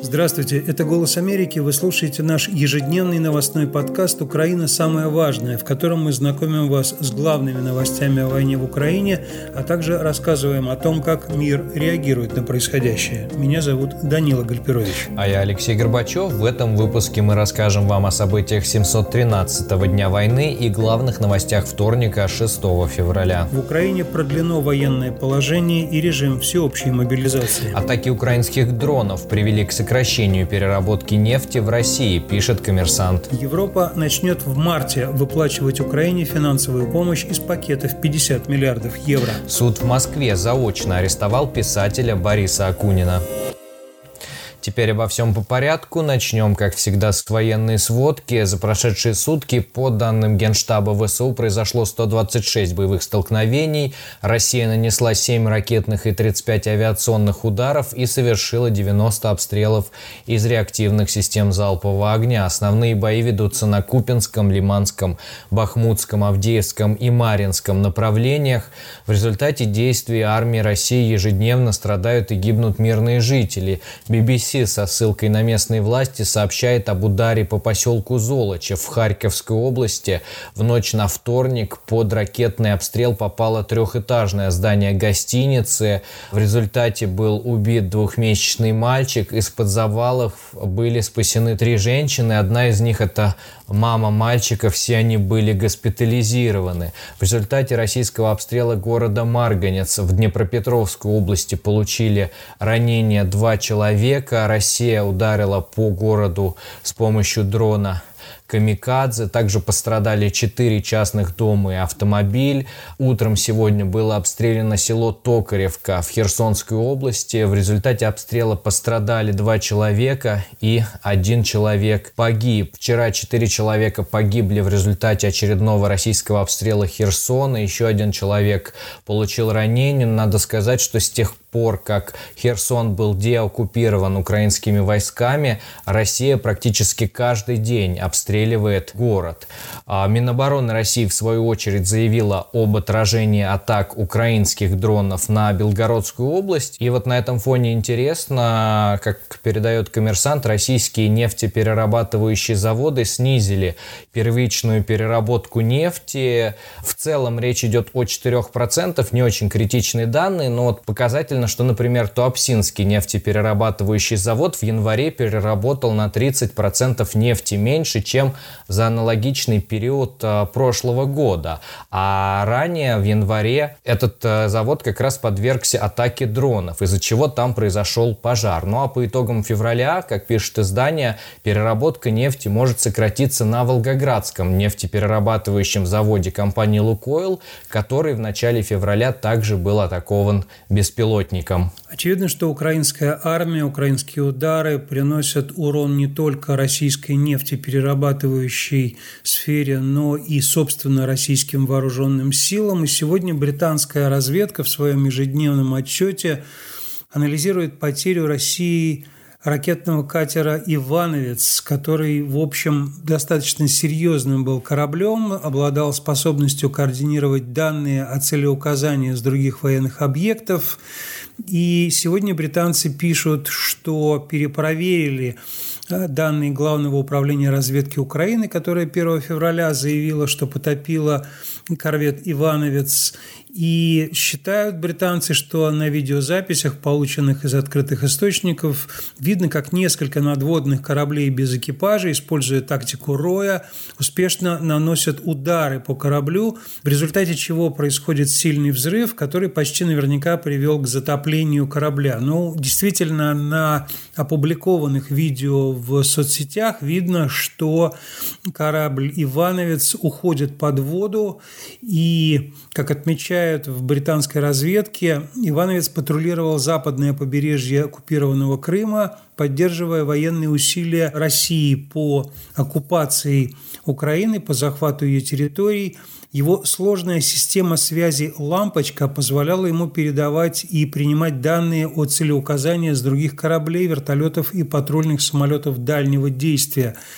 Здравствуйте, это «Голос Америки». Вы слушаете наш ежедневный новостной подкаст «Украина. Самое важное», в котором мы знакомим вас с главными новостями о войне в Украине, а также рассказываем о том, как мир реагирует на происходящее. Меня зовут Данила Гальперович. А я Алексей Горбачев. В этом выпуске мы расскажем вам о событиях 713-го дня войны и главных новостях вторника, 6 февраля. В Украине продлено военное положение и режим всеобщей мобилизации. Атаки украинских дронов привели к сокращению переработки нефти в России, пишет «Коммерсант». Европа начнет в марте выплачивать Украине финансовую помощь из пакета в 50 миллиардов евро. Суд в Москве заочно арестовал писателя Бориса Акунина. Теперь обо всем по порядку. Начнем, как всегда, с военной сводки. За прошедшие сутки, по данным Генштаба ВСУ, произошло 126 боевых столкновений. Россия нанесла 7 ракетных и 35 авиационных ударов и совершила 90 обстрелов из реактивных систем залпового огня. Основные бои ведутся на Купянском, Лиманском, Бахмутском, Авдеевском и Марьинском направлениях. В результате действий армии России ежедневно страдают и гибнут мирные жители. BBC со ссылкой на местные власти сообщает об ударе по поселку Золочев в Харьковской области. В ночь на вторник под ракетный обстрел попало трехэтажное здание гостиницы. В результате был убит двухмесячный мальчик. Из-под завалов были спасены 3 женщины. Одна из них – это мама мальчика. Все они были госпитализированы. В результате российского обстрела города Марганец в Днепропетровской области получили ранения 2 человека. Россия ударила по городу с помощью дрона «Камикадзе». Также пострадали 4 частных дома и автомобиль. Утром сегодня было обстреляно село Токаревка в Херсонской области. В результате обстрела пострадали 2 человека и 1 человек погиб. Вчера 4 человека погибли в результате очередного российского обстрела Херсона. Еще 1 человек получил ранение. Надо сказать, что с тех пор, как Херсон был деоккупирован украинскими войсками, Россия практически каждый день обстреливает город. Минобороны России, в свою очередь, заявила об отражении атак украинских дронов на Белгородскую область. И вот на этом фоне интересно, как передает «Коммерсант», российские нефтеперерабатывающие заводы снизили первичную переработку нефти. В целом речь идет о 4%, не очень критичные данные, но вот показательно, что, например, Туапсинский нефтеперерабатывающий завод в январе переработал на 30% нефти меньше, чем за аналогичный период прошлого года. А ранее, в январе, этот завод как раз подвергся атаке дронов, из-за чего там произошел пожар. Ну а по итогам февраля, как пишет издание, переработка нефти может сократиться на Волгоградском нефтеперерабатывающем заводе компании «Лукойл», который в начале февраля также был атакован беспилотником. Очевидно, что украинская армия, украинские удары приносят урон не только российской нефтеперерабатывающей сфере, но и, собственно, российским вооруженным силам. И сегодня британская разведка в своем ежедневном отчете анализирует потерю России ракетного катера «Ивановец», который, в общем, достаточно серьезным был кораблем, обладал способностью координировать данные о целеуказании с других военных объектов. И сегодня британцы пишут, что перепроверили данные Главного управления разведки Украины, которое 1 февраля заявило, что потопило корвет «Ивановец». И считают британцы, что на видеозаписях, полученных из открытых источников, видно, как несколько надводных кораблей без экипажа, используя тактику роя, успешно наносят удары по кораблю, в результате чего происходит сильный взрыв, который почти наверняка привел к затоплению корабля. Но действительно, на опубликованных видео в соцсетях видно, что корабль «Ивановец» уходит под воду, и, как отмечают в британской разведке, «Ивановец» патрулировал западное побережье оккупированного Крыма, поддерживая военные усилия России по оккупации Украины, по захвату ее территорий. Его сложная система связи «Лампочка» позволяла ему передавать и принимать данные о целеуказании с других кораблей, вертолетов и патрульных самолетов дальнего действия.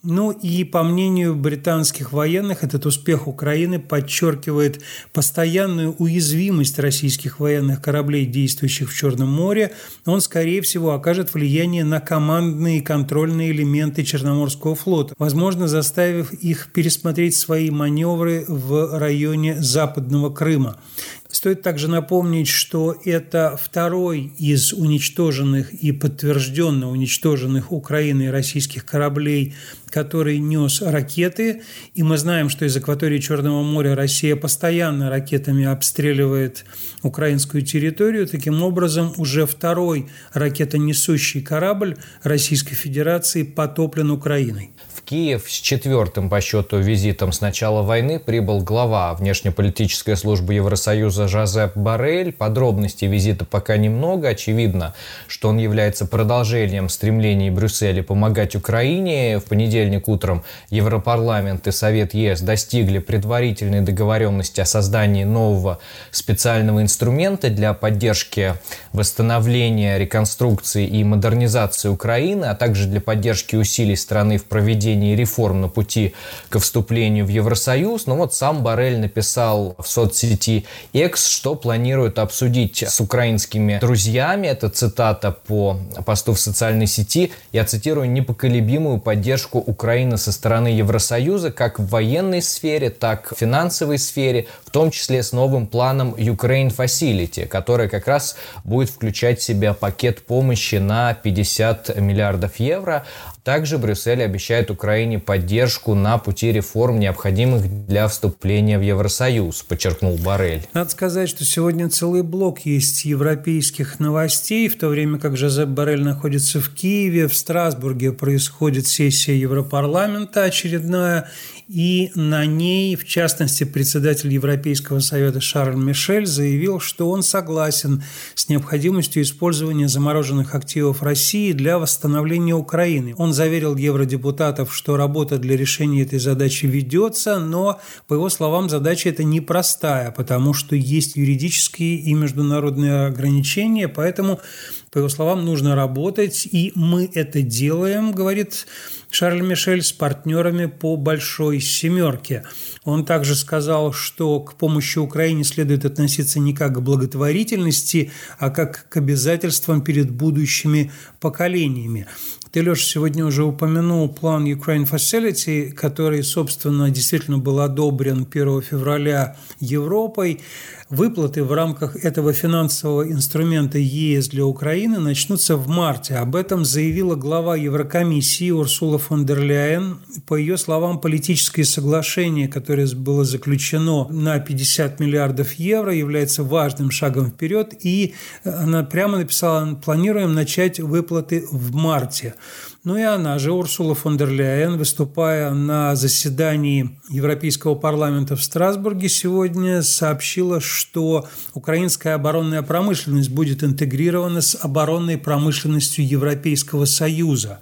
Ну и по мнению британских военных, этот успех Украины подчеркивает постоянную уязвимость российских военных кораблей, действующих в Черном море. Он, скорее всего, окажет влияние на командные и контрольные элементы Черноморского флота, возможно, заставив их пересмотреть свои маневры в районе Западного Крыма. Стоит также напомнить, что это второй из уничтоженных и подтвержденно уничтоженных Украиной российских кораблей, который нес ракеты. И мы знаем, что из акватории Черного моря Россия постоянно ракетами обстреливает украинскую территорию. Таким образом, уже второй ракетонесущий корабль Российской Федерации потоплен Украиной. В Киев с 4-м по счету визитом с начала войны прибыл глава внешнеполитической службы Евросоюза Жозеп Боррель. Подробностей визита пока немного. Очевидно, что он является продолжением стремлений Брюсселя помогать Украине. В понедельник утром Европарламент и Совет ЕС достигли предварительной договоренности о создании нового специального инструмента для поддержки восстановления, реконструкции и модернизации Украины, а также для поддержки усилий страны в проведении реформ на пути к вступлению в Евросоюз. Но вот сам Боррель написал в соцсети X, что планирует обсудить с украинскими друзьями. Это цитата по посту в социальной сети. Я цитирую: «Непоколебимую поддержку Украины со стороны Евросоюза как в военной сфере, так и в финансовой сфере, в том числе с новым планом Ukraine Facility, который как раз будет включать в себя пакет помощи на 50 миллиардов евро». Также Брюссель обещает Украине поддержку на пути реформ, необходимых для вступления в Евросоюз, подчеркнул Боррель. Надо сказать, что сегодня целый блок есть европейских новостей, в то время как Жозеп Боррель находится в Киеве. В Страсбурге происходит сессия Европарламента очередная, и на ней, в частности, председатель Европейского совета Шарль Мишель заявил, что он согласен с необходимостью использования замороженных активов России для восстановления Украины. Он заверил евродепутатов, что работа для решения этой задачи ведется, но, по его словам, задача эта непростая, потому что есть юридические и международные ограничения, поэтому, по его словам, нужно работать, и мы это делаем, говорит Шарль Мишель, с партнерами по «Большой семерке». Он также сказал, что к помощи Украине следует относиться не как к благотворительности, а как к обязательствам перед будущими поколениями. Ты, Леша, сегодня уже упомянул план Ukraine Facility, который, собственно, действительно был одобрен 1 февраля Европой. Выплаты в рамках этого финансового инструмента ЕС для Украины начнутся в марте. Об этом заявила глава Еврокомиссии Урсула фон дер Ляйен. По ее словам, политическое соглашение, которое было заключено на 50 миллиардов евро, является важным шагом вперед. И она прямо написала: планируем начать выплаты в марте. Ну и она же, Урсула фон дер Ляйен, выступая на заседании Европейского парламента в Страсбурге сегодня, сообщила, что украинская оборонная промышленность будет интегрирована с оборонной промышленностью Европейского Союза.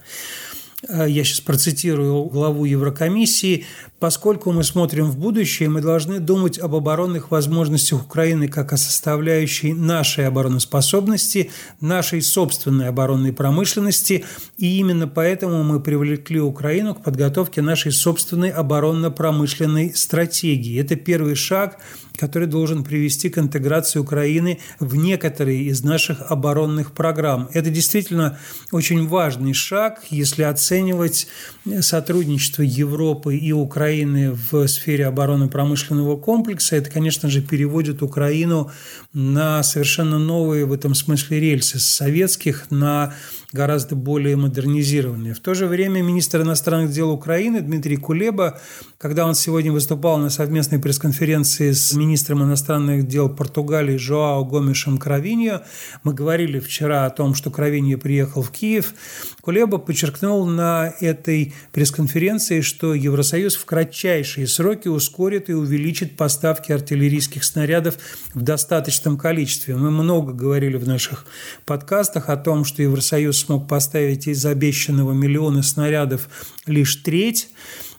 Я сейчас процитирую главу Еврокомиссии. «Поскольку мы смотрим в будущее, мы должны думать об оборонных возможностях Украины как о составляющей нашей обороноспособности, нашей собственной оборонной промышленности, и именно поэтому мы привлекли Украину к подготовке нашей собственной оборонно-промышленной стратегии. Это первый шаг, который должен привести к интеграции Украины в некоторые из наших оборонных программ. Это действительно очень важный шаг, если оценивать сотрудничество Европы и Украины в сфере оборонно-промышленного комплекса. Это, конечно же, переводит Украину на совершенно новые в этом смысле рельсы, с советских на гораздо более модернизированные. В то же время министр иностранных дел Украины Дмитрий Кулеба, когда он сегодня выступал на совместной пресс-конференции с министром иностранных дел Португалии Жоао Гомешем Кравиньо, мы говорили вчера о том, что Кравиньо приехал в Киев, Кулеба подчеркнул на этой пресс-конференции, что Евросоюз в кратчайшие сроки ускорит и увеличит поставки артиллерийских снарядов в достаточном количестве. Мы много говорили в наших подкастах о том, что Евросоюз смог поставить из обещанного 1 миллиона снарядов лишь треть.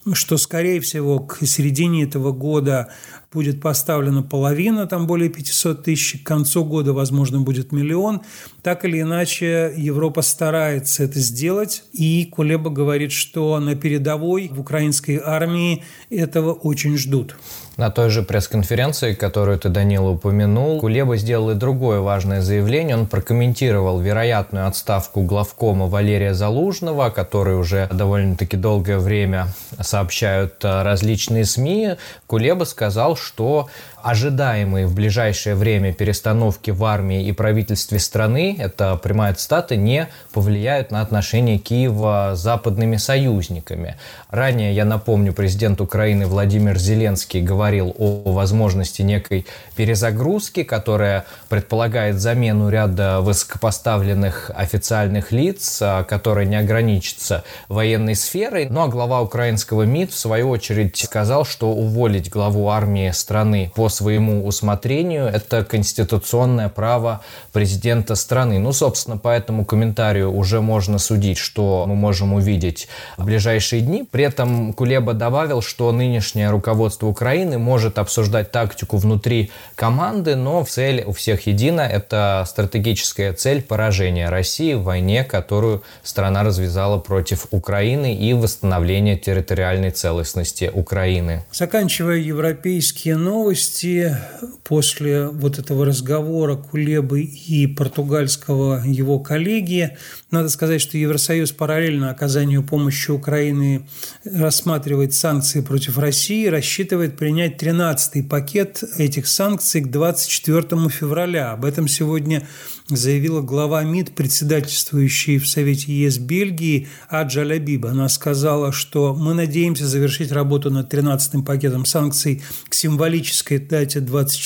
что, скорее всего, к середине этого года будет поставлена половина, там более 500 тысяч, к концу года, возможно, будет 1 миллион. Так или иначе, Европа старается это сделать, и Кулеба говорит, что на передовой в украинской армии этого очень ждут. На той же пресс-конференции, которую ты, Данила, упомянул, Кулеба сделал и другое важное заявление. Он прокомментировал вероятную отставку главкома Валерия Залужного, который уже довольно-таки долгое время сообщают различные СМИ. Кулеба сказал, что ожидаемые в ближайшее время перестановки в армии и правительстве страны, это прямая цитата, не повлияют на отношения Киева с западными союзниками. Ранее, я напомню, президент Украины Владимир Зеленский говорил о возможности некой перезагрузки, которая предполагает замену ряда высокопоставленных официальных лиц, которая не ограничится военной сферой. Ну а глава украинского МИД, в свою очередь, сказал, что уволить главу армии страны по своему усмотрению – это конституционное право президента страны. Ну, собственно, по этому комментарию уже можно судить, что мы можем увидеть в ближайшие дни. При этом Кулеба добавил, что нынешнее руководство Украины может обсуждать тактику внутри команды, но цель у всех едина – это стратегическая цель поражения России в войне, которую страна развязала против Украины, и восстановления территориальной целостности Украины. Заканчивая европейские новости, после вот этого разговора Кулебы и португальского его коллеги, надо сказать, что Евросоюз параллельно оказанию помощи Украине рассматривает санкции против России, рассчитывает принять 13-й пакет этих санкций к 24 февраля. Об этом сегодня заявила глава МИД, председательствующей в Совете ЕС Бельгии Аджа Лябиб. Она сказала, что мы надеемся завершить работу над 13-м пакетом санкций к символической дате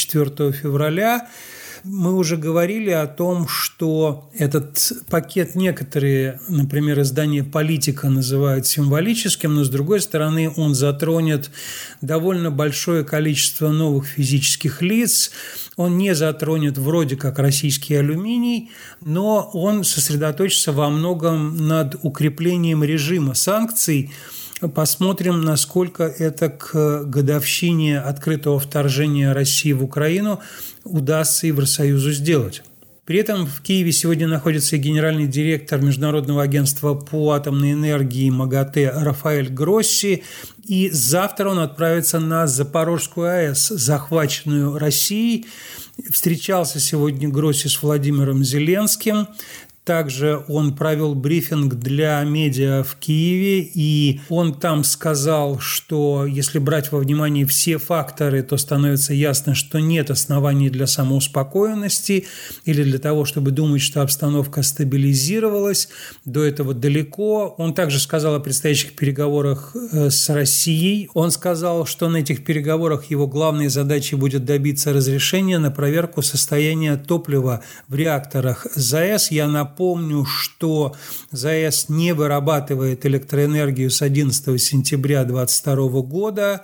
24 февраля. Мы уже говорили о том, что этот пакет некоторые, например, издание «Политика» называют символическим, но, с другой стороны, он затронет довольно большое количество новых физических лиц. Он не затронет вроде как российский алюминий, но он сосредоточится во многом над укреплением режима санкций. Посмотрим, насколько это к годовщине открытого вторжения России в Украину удастся Евросоюзу сделать. При этом в Киеве сегодня находится и генеральный директор Международного агентства по атомной энергии МАГАТЭ Рафаэль Гросси. И завтра он отправится на Запорожскую АЭС, захваченную Россией. Встречался сегодня Гросси с Владимиром Зеленским. Также он провел брифинг для медиа в Киеве, и он там сказал, что если брать во внимание все факторы, то становится ясно, что нет оснований для самоуспокоенности или для того, чтобы думать, что обстановка стабилизировалась. До этого далеко. Он также сказал о предстоящих переговорах с Россией. Он сказал, что на этих переговорах его главной задачей будет добиться разрешения на проверку состояния топлива в реакторах ЗАЭС. Я напомню, что ЗАЭС не вырабатывает электроэнергию с 11 сентября 2022 года.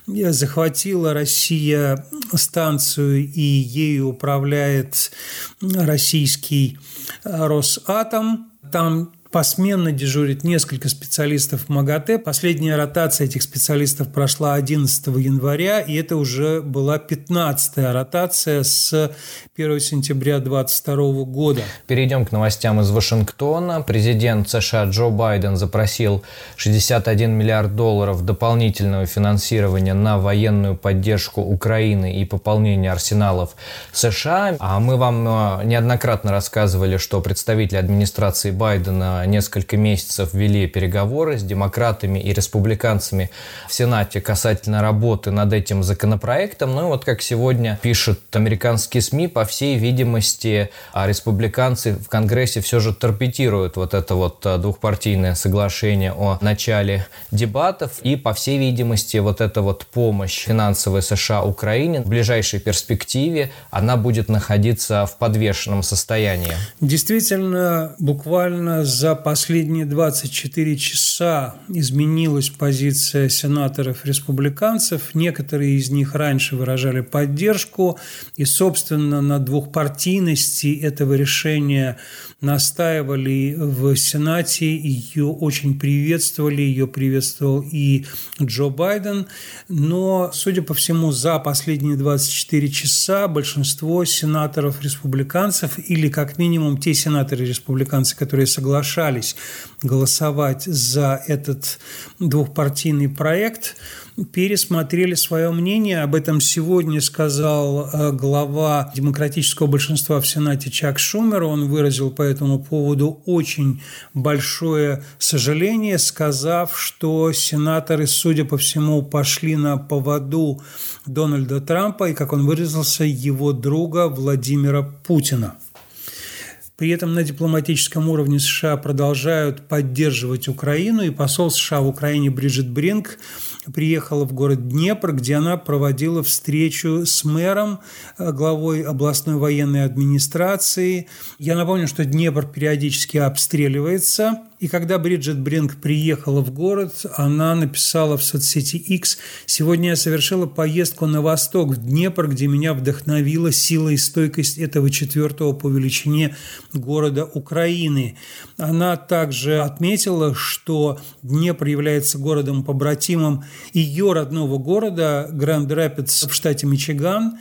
Захватила Россия станцию, и ею управляет российский Росатом. Там посменно дежурит несколько специалистов МАГАТЭ. Последняя ротация этих специалистов прошла 11 января, и это уже была 15-я ротация с 1 сентября 2022 года. Перейдем к новостям из Вашингтона. Президент США Джо Байден запросил $61 миллиард дополнительного финансирования на военную поддержку Украины и пополнение арсеналов США. А мы вам неоднократно рассказывали, что представители администрации Байдена несколько месяцев вели переговоры с демократами и республиканцами в Сенате касательно работы над этим законопроектом. Ну и вот как сегодня пишут американские СМИ, по всей видимости, республиканцы в Конгрессе все же торпедируют вот это вот двухпартийное соглашение о начале дебатов. И, по всей видимости, вот эта вот помощь финансовая США Украине в ближайшей перспективе, она будет находиться в подвешенном состоянии. Действительно, буквально за за последние 24 часа изменилась позиция сенаторов-республиканцев. Некоторые из них раньше выражали поддержку, и, собственно, на двухпартийности этого решения настаивали в Сенате, ее очень приветствовали, ее приветствовал и Джо Байден. Но, судя по всему, за последние 24 часа большинство сенаторов-республиканцев, или как минимум те сенаторы-республиканцы, которые соглашались голосовать за этот двухпартийный проект, пересмотрели свое мнение. Об этом сегодня сказал глава демократического большинства в Сенате Чак Шумер. Он выразил по этому поводу очень большое сожаление, сказав, что сенаторы, судя по всему, пошли на поводу Дональда Трампа и, как он выразился, его друга Владимира Путина. При этом на дипломатическом уровне США продолжают поддерживать Украину, и посол США в Украине Бриджит Бринк приехала в город Днепр, где она проводила встречу с мэром, главой областной военной администрации. Я напомню, что Днепр периодически обстреливается. И когда Бриджит Бринк приехала в город, она написала в соцсети X: «Сегодня я совершила поездку на восток, в Днепр, где меня вдохновила сила и стойкость этого 4-го по величине города Украины». Она также отметила, что Днепр является городом-побратимом ее родного города Гранд-Рэпидс в штате Мичиган.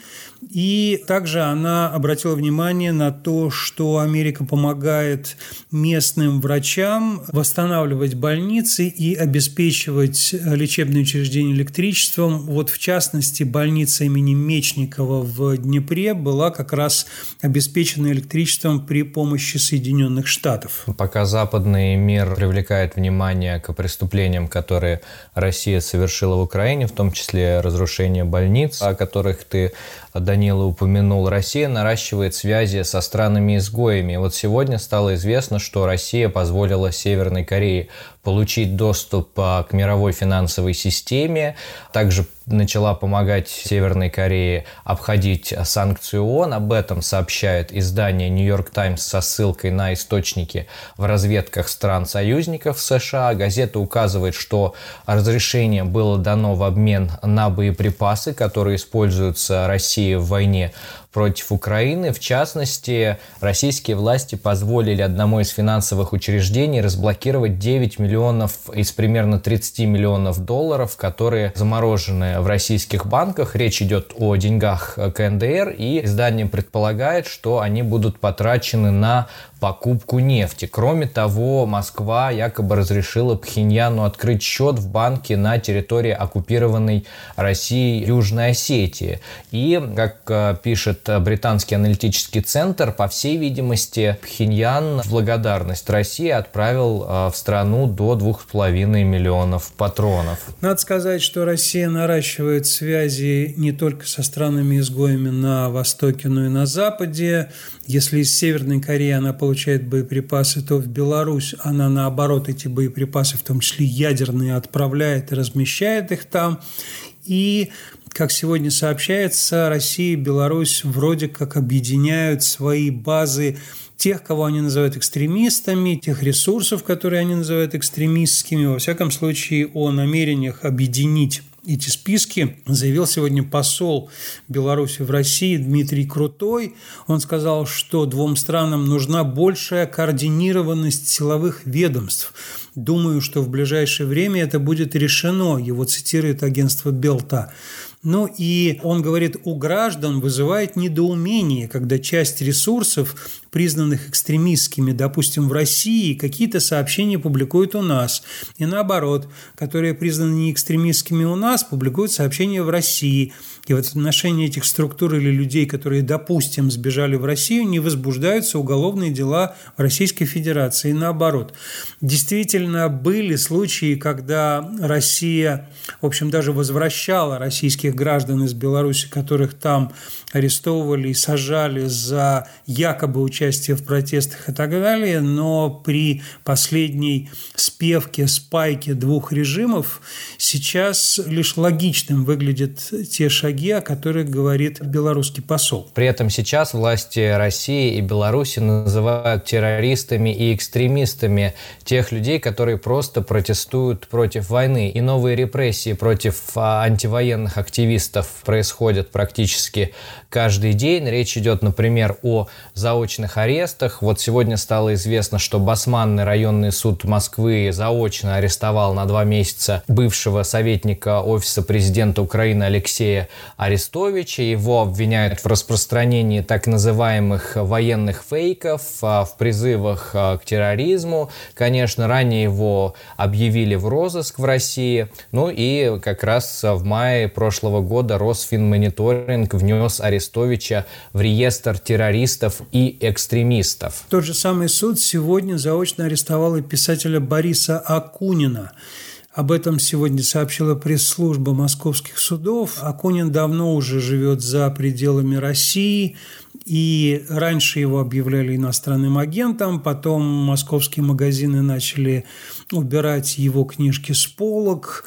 И также она обратила внимание на то, что Америка помогает местным врачам восстанавливать больницы и обеспечивать лечебные учреждения электричеством. Вот в частности, больница имени Мечникова в Днепре была как раз обеспечена электричеством при помощи Соединенных Штатов. Пока западный мир привлекает внимание к преступлениям, которые Россия совершила в Украине, в том числе разрушение больниц, о которых ты, Данила, упомянул, Россия наращивает связи со странами-изгоями. Вот сегодня стало известно, что Россия позволила Северной Корее получить доступ к мировой финансовой системе, также начала помогать Северной Корее обходить санкции ООН. Об этом сообщает издание New York Times со ссылкой на источники в разведках стран-союзников США. Газета указывает, что разрешение было дано в обмен на боеприпасы, которые используются Россией в войне против Украины. В частности, российские власти позволили одному из финансовых учреждений разблокировать 9 миллионов из примерно 30 миллионов долларов, которые заморожены в российских банках. Речь идет о деньгах КНДР, и издание предполагает, что они будут потрачены на покупку нефти. Кроме того, Москва якобы разрешила Пхеньяну открыть счет в банке на территории оккупированной Россией Южной Осетии. И, как пишет британский аналитический центр, по всей видимости, Пхеньян в благодарность России отправил в страну до 2,5 миллионов патронов. Надо сказать, что Россия наращивает связи не только со странами-изгоями на Востоке, но и на Западе. Если из Северной Кореи она получает боеприпасы, то в Беларусь она, наоборот, эти боеприпасы, в том числе ядерные, отправляет и размещает их там. И, как сегодня сообщается, Россия и Беларусь вроде как объединяют свои базы тех, кого они называют экстремистами, тех ресурсов, которые они называют экстремистскими. Во всяком случае, о намерениях объединить эти списки заявил сегодня посол Беларуси в России Дмитрий Крутой. Он сказал, что двум странам нужна большая координированность силовых ведомств. Думаю, что в ближайшее время это будет решено, его цитирует агентство Белта. Ну и он говорит, у граждан вызывает недоумение, когда часть ресурсов, признанных экстремистскими, допустим, в России, какие-то сообщения публикуют у нас. И наоборот, которые признаны не экстремистскими у нас, публикуют сообщения в России. И в отношении этих структур или людей, которые, допустим, сбежали в Россию, не возбуждаются уголовные дела в Российской Федерации. И наоборот. Действительно, были случаи, когда Россия, в общем, даже возвращала российских российских граждан из Беларуси, которых там арестовывали и сажали за якобы участие в протестах и так далее, но при последней спайке двух режимов сейчас лишь логичным выглядят те шаги, о которых говорит белорусский посол. При этом сейчас власти России и Беларуси называют террористами и экстремистами тех людей, которые просто протестуют против войны. И новые репрессии против антивоенных активистов происходят практически каждый день. Речь идет, например, о заочных арестах. Вот сегодня стало известно, что Басманный районный суд Москвы заочно арестовал на 2 месяца бывшего советника Офиса президента Украины Алексея Арестовича. Его обвиняют в распространении так называемых военных фейков, в призывах к терроризму. Конечно, ранее его объявили в розыск в России. Ну и как раз в мае прошлого года Росфинмониторинг внес Арестовича в реестр террористов и экстремистов. Тот же самый суд сегодня заочно арестовал и писателя Бориса Акунина. Об этом сегодня сообщила пресс-служба московских судов. Акунин давно уже живет за пределами России, и раньше его объявляли иностранным агентом, потом московские магазины начали убирать его книжки с полок,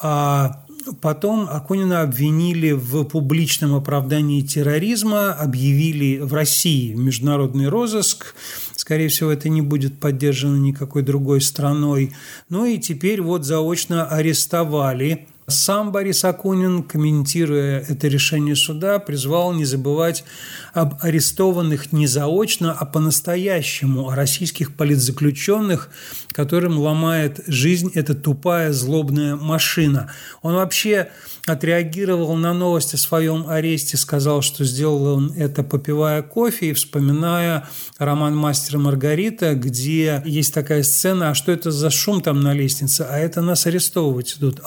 а потом Акунина обвинили в публичном оправдании терроризма, объявили в России международный розыск. Скорее всего, это не будет поддержано никакой другой страной. Ну и теперь вот заочно арестовали. Сам Борис Акунин, комментируя это решение суда, призвал не забывать об арестованных не заочно, а по-настоящему, о российских политзаключенных, которым ломает жизнь эта тупая злобная машина. Он вообще отреагировал на новость о своем аресте, сказал, что сделал он это, попивая кофе и вспоминая роман «Мастер и Маргарита», где есть такая сцена: а что это за шум там на лестнице? А это нас арестовывать идут.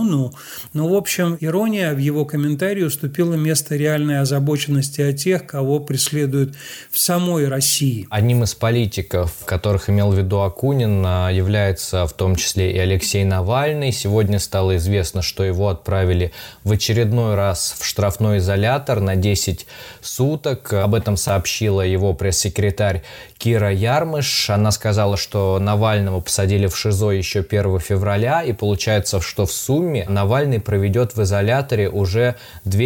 Ну, в общем, ирония в его комментарии уступила место реальной озабоченности о тех, кого преследуют в самой России. Одним из политиков, которых имел в виду Акунин, является в том числе и Алексей Навальный. Сегодня стало известно, что его отправили в очередной раз в штрафной изолятор на 10 суток. Об этом сообщила его пресс-секретарь Кира Ярмыш. Она сказала, что Навального посадили в ШИЗО еще 1 февраля, и получается, что в сумме Навальный проведет в изоляторе уже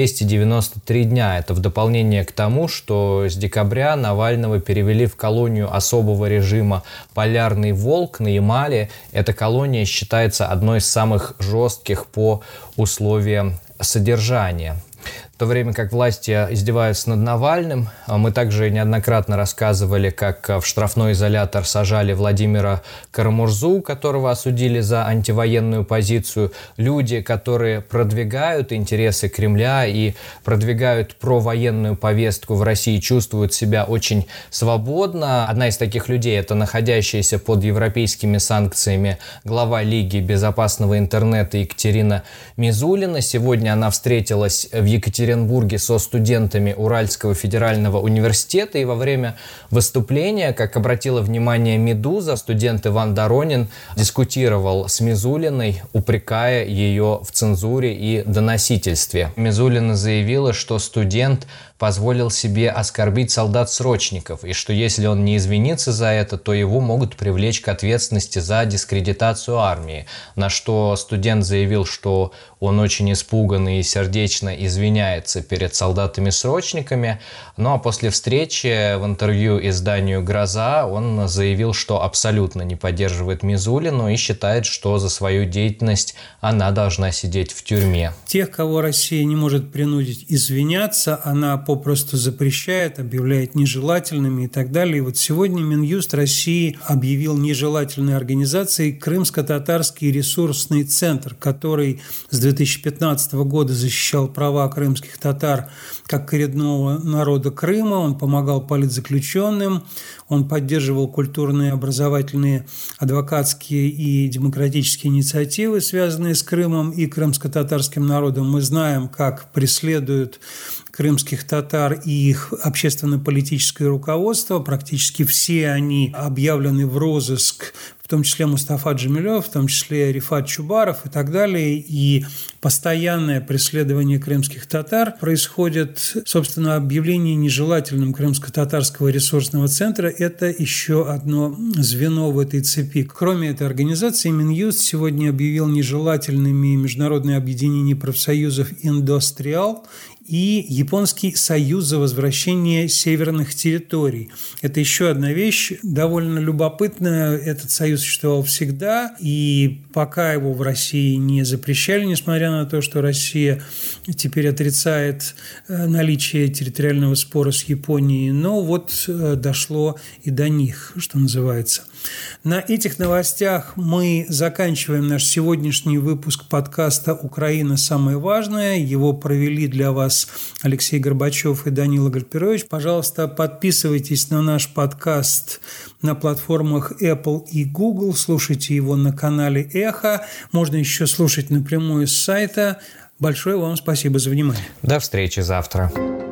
293 дня. Это в дополнение к тому, что с декабря Навального перевели в колонию особого режима «Полярный волк» на Ямале. Эта колония считается одной из самых жестких по условиям содержания. В то время как власти издеваются над Навальным, мы также неоднократно рассказывали, как в штрафной изолятор сажали Владимира Карамурзу, которого осудили за антивоенную позицию. Люди, которые продвигают интересы Кремля и продвигают провоенную повестку в России, чувствуют себя очень свободно. Одна из таких людей – это находящаяся под европейскими санкциями глава Лиги безопасного интернета Екатерина Мизулина. Сегодня она встретилась в Екатеринбурге со студентами Уральского федерального университета, и во время выступления, как обратила внимание «Медуза», студент Иван Доронин дискутировал с Мизулиной, упрекая ее в цензуре и доносительстве. Мизулина заявила, что студент позволил себе оскорбить солдат-срочников, и что если он не извинится за это, то его могут привлечь к ответственности за дискредитацию армии. На что студент заявил, что он очень испуган и сердечно извиняется перед солдатами-срочниками. Ну а после встречи в интервью изданию «Гроза» он заявил, что абсолютно не поддерживает Мизулину и считает, что за свою деятельность она должна сидеть в тюрьме. Тех, кого Россия не может принудить извиняться, она попросту запрещает, объявляет нежелательными и так далее. И вот сегодня Минюст России объявил нежелательной организацией Крымско-татарский ресурсный центр, который с 2015 года защищал права крымских татар как коренного народа Крыма. Он помогал политзаключенным, он поддерживал культурные, образовательные, адвокатские и демократические инициативы, связанные с Крымом и крымско-татарским народом. Мы знаем, как преследуют крымских татар и их общественно-политическое руководство. Практически все они объявлены в розыск, в в том числе Мустафа Джемилев, в том числе Рифат Чубаров и так далее. И постоянное преследование крымских татар происходит, собственно, объявление нежелательным крымско-татарского ресурсного центра – это еще одно звено в этой цепи. Кроме этой организации, Минюст сегодня объявил нежелательными Международное объединение профсоюзов «Индустриал» и Японский союз за возвращение северных территорий. Это еще одна вещь довольно любопытная. Этот союз существовал всегда, и пока его в России не запрещали, несмотря на то, что Россия теперь отрицает наличие территориального спора с Японией, но вот дошло и до них, что называется. На этих новостях мы заканчиваем наш сегодняшний выпуск подкаста «Украина. Самое важное». Его провели для вас Алексей Горбачев и Данила Гальперович. Пожалуйста, подписывайтесь на наш подкаст на платформах Apple и Google. Слушайте его на канале «Эхо». Можно еще слушать напрямую с сайта. Большое вам спасибо за внимание. До встречи завтра.